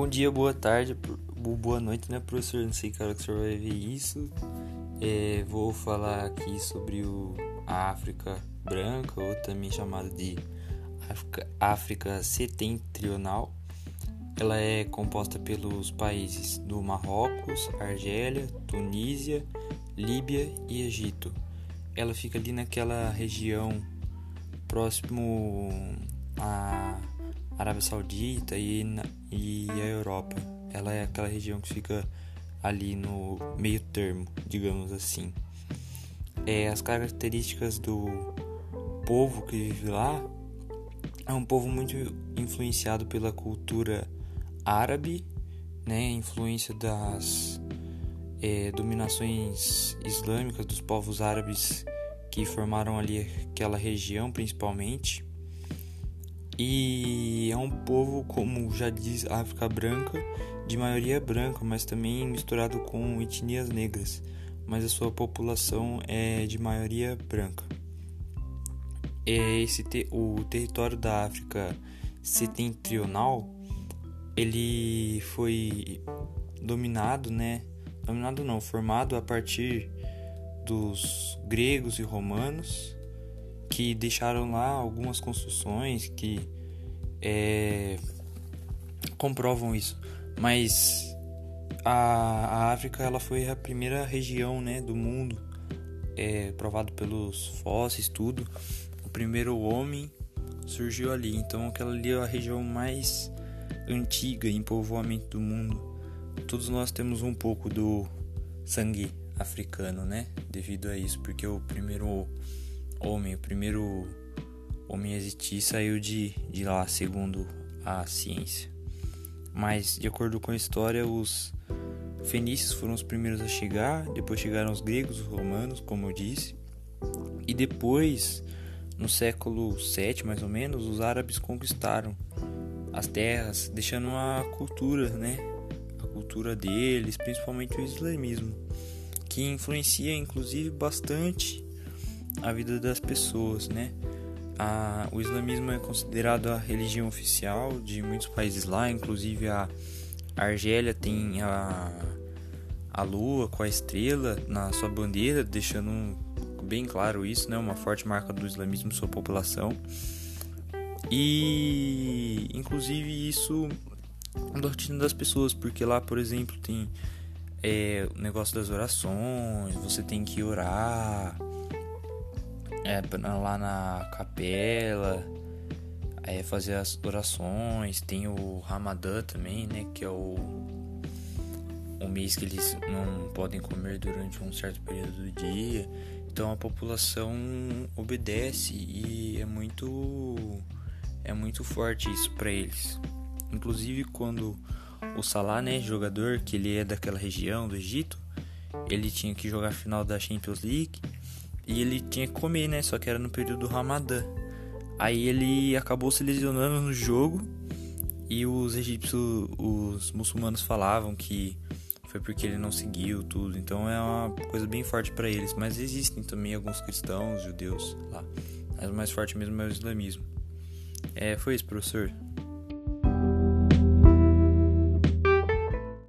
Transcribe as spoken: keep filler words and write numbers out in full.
dia, boa tarde, boa noite, né, professor? Não sei que hora que o senhor vai ver isso. É, vou falar aqui sobre o, a África Branca, ou também chamada de África, África Setentrional. Ela é composta pelos países do Marrocos, Argélia, Tunísia, Líbia e Egito. Ela fica ali naquela região próximo à Arábia Saudita e, na, e a Europa. Ela é aquela região que fica ali no meio termo, digamos assim. É, as características do povo que vive lá é um povo muito influenciado pela cultura árabe, né, influência das é, dominações islâmicas dos povos árabes que formaram ali aquela região principalmente. E é um povo, como já diz, África Branca, de maioria branca, mas também misturado com etnias negras, mas a sua população é de maioria branca. É esse te- o território da África Setentrional, ele foi dominado, né? Dominado não, formado a partir dos gregos e romanos, que deixaram lá algumas construções que é, comprovam isso. Mas a, a África, ela foi a primeira região, né, do mundo, é, provado pelos fósseis, tudo. O primeiro homem surgiu ali. Então aquela ali é a região mais antiga em povoamento do mundo. Todos nós temos um pouco do sangue africano, né, devido a isso, porque o primeiro homem, o primeiro homem a existir saiu de, de lá, segundo a ciência. Mas, de acordo com a história, os fenícios foram os primeiros a chegar, depois chegaram os gregos, os romanos, como eu disse, e depois, no século sete, mais ou menos, os árabes conquistaram as terras, deixando a cultura, né, a cultura deles, principalmente o islamismo, que influencia, inclusive, bastante a vida das pessoas, né? A, o islamismo é considerado a religião oficial de muitos países lá, inclusive a Argélia tem a, a lua com a estrela na sua bandeira, deixando bem claro isso, né? Uma forte marca do islamismo em sua população. E inclusive isso é da rotina das pessoas, porque lá, por exemplo, tem é, o negócio das orações, você tem que orar É, lá na capela, é, fazer as orações. Tem o Ramadã também, né, que é o, o mês que eles não podem comer durante um certo período do dia. Então a população obedece e é muito é muito forte isso para eles. Inclusive quando o Salah, né, jogador, que ele é daquela região do Egito, ele tinha que jogar a final da Champions League e ele tinha que comer, né? Só que era no período do Ramadã. Aí ele acabou se lesionando no jogo. E os egípcios, os muçulmanos falavam que foi porque ele não seguiu tudo. Então é uma coisa bem forte para eles. Mas existem também alguns cristãos, judeus lá. Mas o mais forte mesmo é o islamismo. É, foi isso, professor.